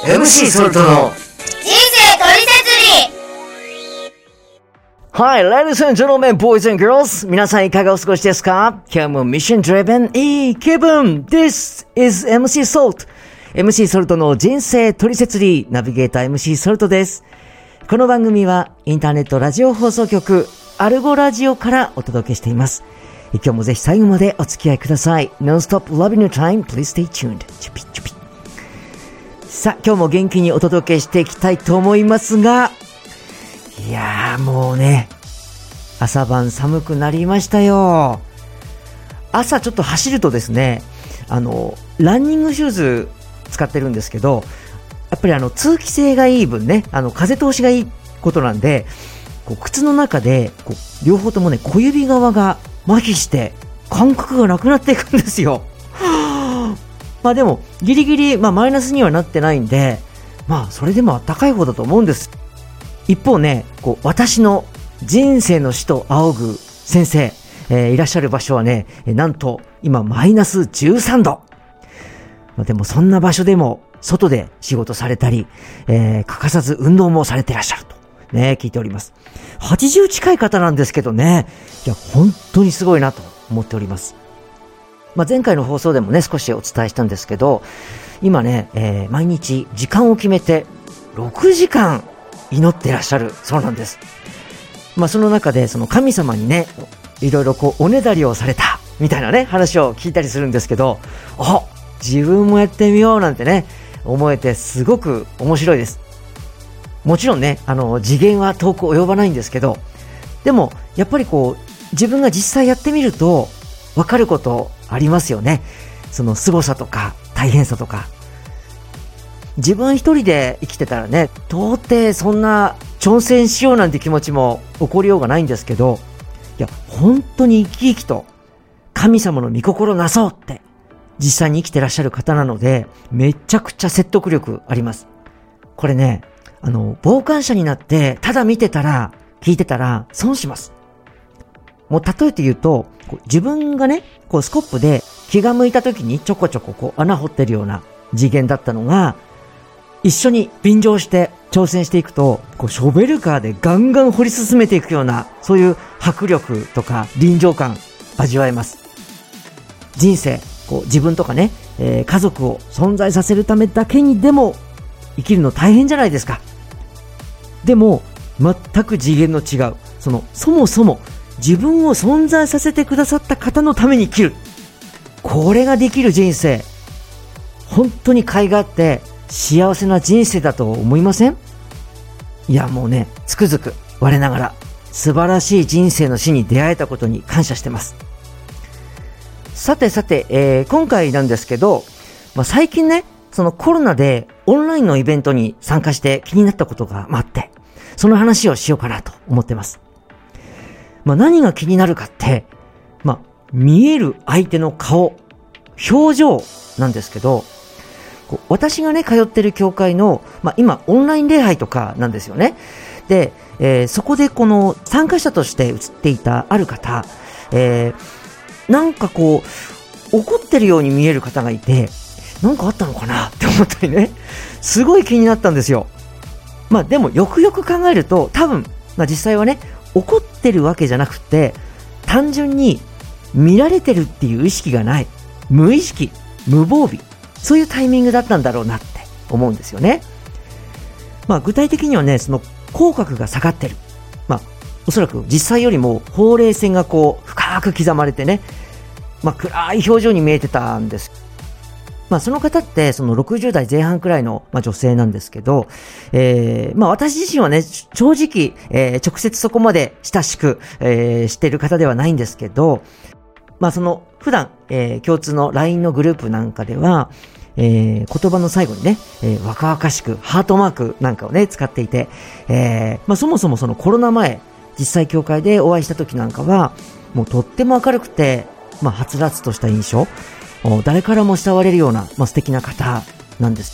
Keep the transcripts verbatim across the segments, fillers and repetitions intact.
エムシー ソルトの人生トリセツリー。 はい、ladies and gentlemen, boys and girls 皆さんいかがお過ごしですか？今日もミッションドリブンいい気分 This is エムシー ソルト エムシー ソルトの人生トリセツリーナビゲーター エムシー ソルトです。この番組はインターネットラジオ放送局アルゴラジオからお届けしています。今日もぜひ最後までお付き合いください。 Non-stop loving your time, please stay tuned。 チュピチュピ。さあ今日も元気にお届けしていきたいと思いますが、いやーもうね朝晩寒くなりましたよ。朝ちょっと走るとですね、あのランニングシューズ使ってるんですけど、やっぱりあの通気性がいい分ね、あの風通しがいいことなんで、こう靴の中でこう両方ともね小指側が麻痺して感覚がなくなっていくんですよ。まあでもギリギリ、まあ、マイナスにはなってないんで、まあそれでも暖かい方だと思うんです。一方ね、こう私の人生の師と仰ぐ先生、えー、いらっしゃる場所はね、なんと今マイナスじゅうさんど。まあ、でもそんな場所でも外で仕事されたり、えー、欠かさず運動もされていらっしゃるとね聞いております。はちじゅう近い方なんですけどね、いや本当にすごいなと思っております。まあ、前回の放送でもね少しお伝えしたんですけど、今ね、えー、毎日時間を決めてろくじかん祈ってらっしゃるそうなんです。まあその中でその神様にねいろいろこうおねだりをされたみたいなね話を聞いたりするんですけど、あ、自分もやってみようなんてね思えてすごく面白いです。もちろんねあの次元は遠く及ばないんですけど、でもやっぱりこう自分が実際やってみると分かることありますよね。その凄さとか大変さとか。自分一人で生きてたらね到底そんな挑戦しようなんて気持ちも起こりようがないんですけど、いや本当に生き生きと神様の御心なそうって実際に生きてらっしゃる方なので、めちゃくちゃ説得力あります。これね、あの傍観者になってただ見てたら聞いてたら損します。もう例えて言うと、自分がねこうスコップで気が向いた時にちょこちょここう穴掘ってるような次元だったのが、一緒に便乗して挑戦していくと、こうショベルカーでガンガン掘り進めていくような、そういう迫力とか臨場感味わえます。人生こう自分とかね、えー、家族を存在させるためだけにでも生きるの大変じゃないですか。でも全く次元の違う、そのそもそも自分を存在させてくださった方のために生きる、これができる人生、本当に甲斐があって幸せな人生だと思いません？いやもうねつくづく我ながら素晴らしい人生の師に出会えたことに感謝してます。さてさて、えー、今回なんですけど、まあ、最近ねそのコロナでオンラインのイベントに参加して気になったことがあって、その話をしようかなと思ってます。まあ、何が気になるかって、まあ、見える相手の顔、表情なんですけど、私がね通ってる教会の、まあ、今オンライン礼拝とかなんですよね。で、えー、そこでこの参加者として映っていたある方、えー、なんかこう怒ってるように見える方がいて、なんかあったのかなって思ったりね、すごい気になったんですよ。まあでもよくよく考えると多分、まあ、実際はね怒ってるわけじゃなくて、単純に見られてるっていう意識がない、無意識、無防備、そういうタイミングだったんだろうなって思うんですよね。まあ具体的にはね、その口角が下がってる、まあおそらく実際よりもほうれい線がこう深く刻まれてね、まあ暗い表情に見えてたんです。まあその方ってそのろくじゅうだいぜん半くらいの、まあ、女性なんですけど、えー、まあ私自身はね正直、えー、直接そこまで親しく、えー、している方ではないんですけど、まあその普段、えー、共通の ライン のグループなんかでは、えー、言葉の最後にね、えー、若々しくハートマークなんかをね使っていて、えー、まあそもそもそのコロナ前実際教会でお会いした時なんかはもうとっても明るくて、まあはつらつとした印象、誰からも慕われるような、まあ、素敵な方なんです。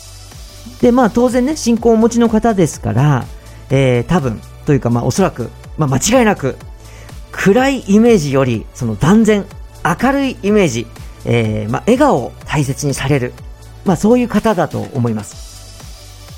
でまあ当然ね信仰をお持ちの方ですから、えー、多分というかまあおそらく、まあ、間違いなく暗いイメージよりその断然明るいイメージ、えーまあ、笑顔を大切にされる、まあ、そういう方だと思います。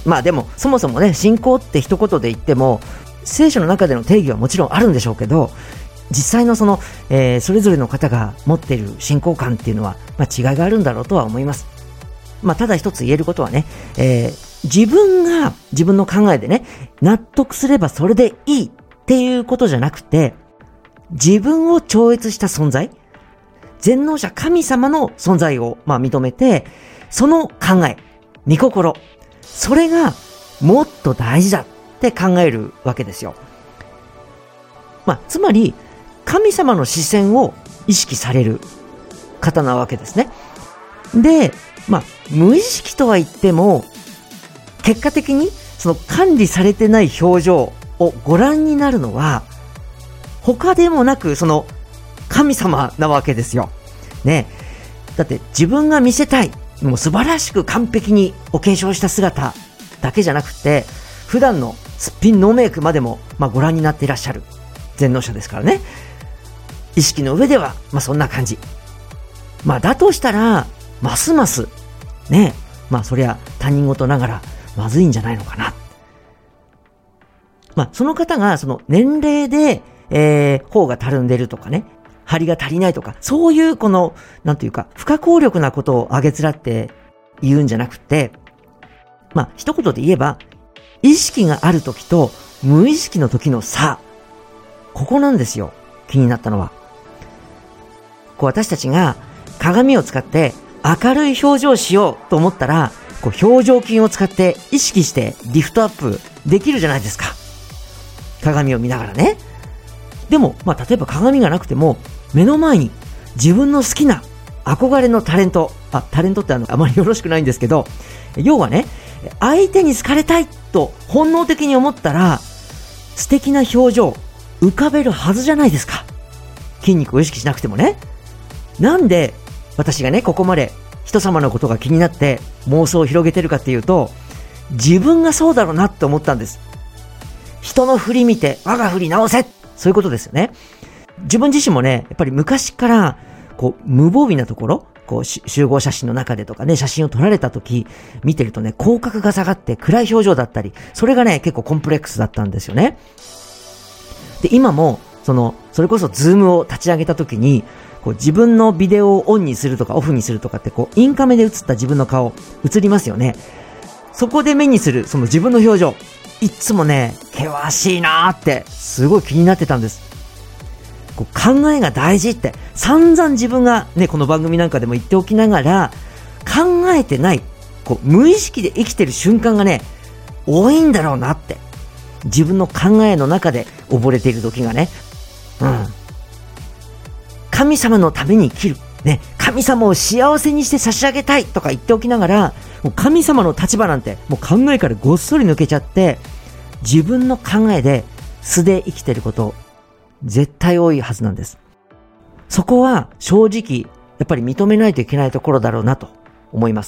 まあでもそもそもね、信仰って一言で言っても聖書の中での定義はもちろんあるんでしょうけど、実際のその、えー、それぞれの方が持っている信仰感っていうのは、まあ、違いがあるんだろうとは思います。まあただ一つ言えることはね、えー、自分が自分の考えでね、納得すればそれでいいっていうことじゃなくて、自分を超越した存在、全能者神様の存在をまあ認めて、その考え、御心、それがもっと大事だって考えるわけですよ。まあつまり神様の視線を意識される方なわけですね。で、まあ無意識とは言っても、結果的にその管理されてない表情をご覧になるのは他でもなくその神様なわけですよ。ね。だって自分が見せたい、もう素晴らしく完璧にお化粧した姿だけじゃなくて、普段のすっぴんノーメイクまでもまあご覧になっていらっしゃる全能者ですからね。意識の上ではまあそんな感じ。まあだとしたらますますね、まあそりゃ他人事ながらまずいんじゃないのかな。まあその方がその年齢で、えー、頬がたるんでるとかね、張りが足りないとか、そういうこのなんていうか不可抗力なことをあげつらって言うんじゃなくて、まあ一言で言えば意識がある時と無意識の時の差、ここなんですよ。気になったのは、こう私たちが鏡を使って明るい表情をしようと思ったら、こう表情筋を使って意識してリフトアップできるじゃないですか。鏡を見ながらね。でも、まあ、例えば鏡がなくても目の前に自分の好きな憧れのタレント、あ、タレントってあのあまりよろしくないんですけど、要はね、相手に好かれたいと本能的に思ったら素敵な表情浮かべるはずじゃないですか。筋肉を意識しなくてもね。なんで私がね、ここまで人様のことが気になって妄想を広げてるかっていうと、自分がそうだろうなって思ったんです。人の振り見て我が振り直せ、そういうことですよね。自分自身もね、やっぱり昔からこう無防備なところ、こう集合写真の中でとかね、写真を撮られた時見てるとね、口角が下がって暗い表情だったり、それがね結構コンプレックスだったんですよね。で、今もそのそれこそズームを立ち上げた時に、こう自分のビデオをオンにするとかオフにするとかって、こうインカメで映った自分の顔映りますよね。そこで目にするその自分の表情、いつもね険しいなーってすごい気になってたんです。こう考えが大事って散々自分がねこの番組なんかでも言っておきながら、考えてない、こう無意識で生きてる瞬間がね多いんだろうなって、自分の考えの中で溺れている時がね、うん、神様のために生きる、ね、神様を幸せにして差し上げたいとか言っておきながら、もう神様の立場なんてもう考えからごっそり抜けちゃって、自分の考えで素で生きてること絶対多いはずなんです。そこは正直やっぱり認めないといけないところだろうなと思います。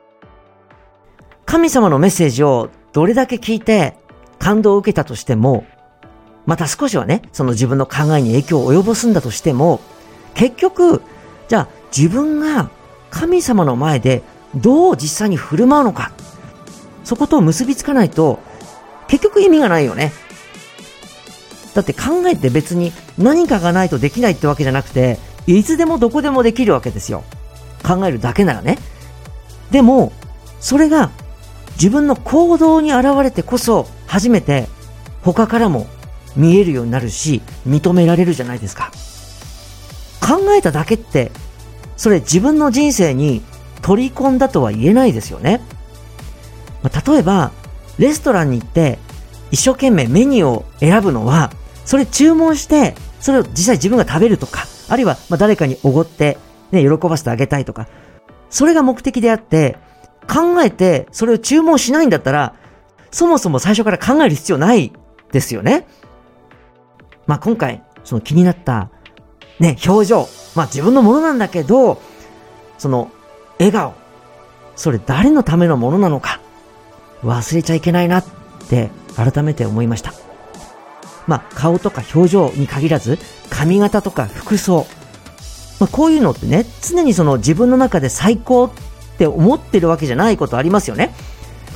神様のメッセージをどれだけ聞いて感動を受けたとしても、また少しはねその自分の考えに影響を及ぼすんだとしても、結局じゃあ自分が神様の前でどう実際に振る舞うのか、そこと結びつかないと結局意味がないよね。だって考えって別に何かがないとできないってわけじゃなくて、いつでもどこでもできるわけですよ。考えるだけならね。でもそれが自分の行動に現れてこそ初めて他からも見えるようになるし、認められるじゃないですか。考えただけってそれ自分の人生に取り込んだとは言えないですよね。まあ、例えばレストランに行って一生懸命メニューを選ぶのは、それ注文してそれを実際自分が食べるとか、あるいはまあ誰かにおごって、ね、喜ばせてあげたいとか、それが目的であって、考えてそれを注文しないんだったらそもそも最初から考える必要ないですよね。まあ今回その気になったね表情、まあ自分のものなんだけど、その笑顔、それ誰のためのものなのか忘れちゃいけないなって改めて思いました。まあ顔とか表情に限らず髪型とか服装、まあ、こういうのってね常にその自分の中で最高って思ってるわけじゃないことありますよね。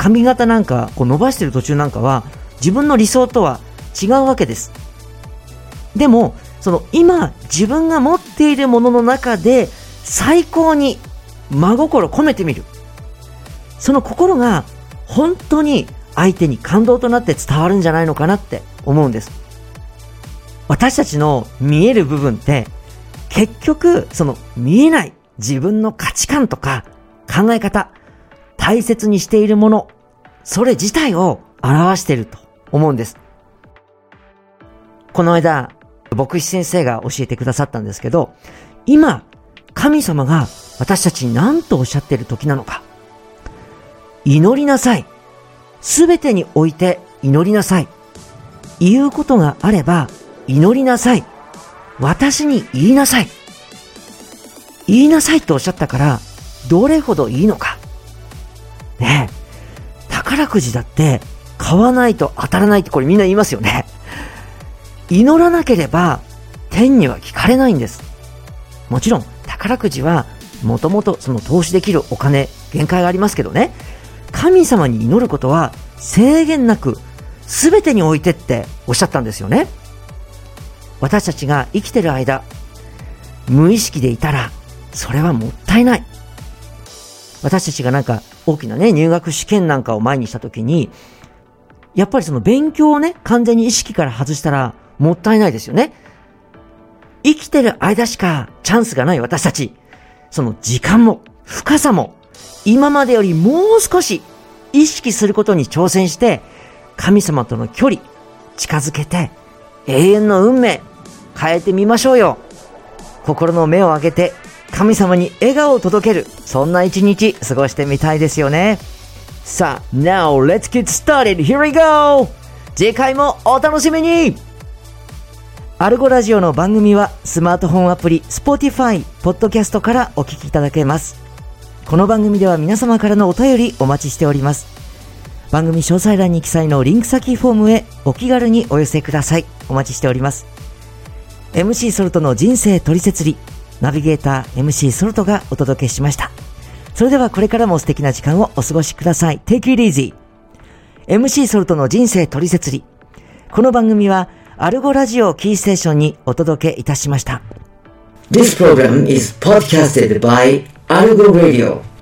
髪型なんかこう伸ばしてる途中なんかは自分の理想とは違うわけです。でもその今自分が持っているものの中で最高に真心込めてみる。その心が本当に相手に感動となって伝わるんじゃないのかなって思うんです。私たちの見える部分って結局その見えない自分の価値観とか考え方、大切にしているもの、それ自体を表していると思うんです。この間牧師先生が教えてくださったんですけど、今神様が私たちに何とおっしゃっている時なのか。祈りなさい。すべてにおいて祈りなさい。言うことがあれば祈りなさい。私に言いなさい。言いなさいとおっしゃったからどれほどいいのか。ねえ、宝くじだって買わないと当たらないってこれみんな言いますよね。祈らなければ天には聞かれないんです。もちろん宝くじはもともとその投資できるお金限界がありますけどね、神様に祈ることは制限なく全てにおいてっておっしゃったんですよね。私たちが生きてる間無意識でいたらそれはもったいない。私たちがなんか大きなね入学試験なんかを前にしたときにやっぱりその勉強をね完全に意識から外したらもったいないですよね。生きてる間しかチャンスがない私たち、その時間も深さも今までよりもう少し意識することに挑戦して神様との距離近づけて永遠の運命変えてみましょうよ。心の目を開けて神様に笑顔を届ける、そんな一日過ごしてみたいですよね。さあ Now let's get started. Here we go. 次回もお楽しみに。アルゴラジオの番組はスマートフォンアプリ Spotify、ポッドキャストからお聞きいただけます。この番組では皆様からのお便りお待ちしております。番組詳細欄に記載のリンク先フォームへお気軽にお寄せください。お待ちしております。エムシー ソルトの人生トリセツリ、ナビゲーター エムシー ソルトがお届けしました。それではこれからも素敵な時間をお過ごしください。Take it easy。エムシー ソルトの人生トリセツリ。この番組はアルゴラジオキーステーションにお届けいたしました。This program is podcasted by Algo Radio.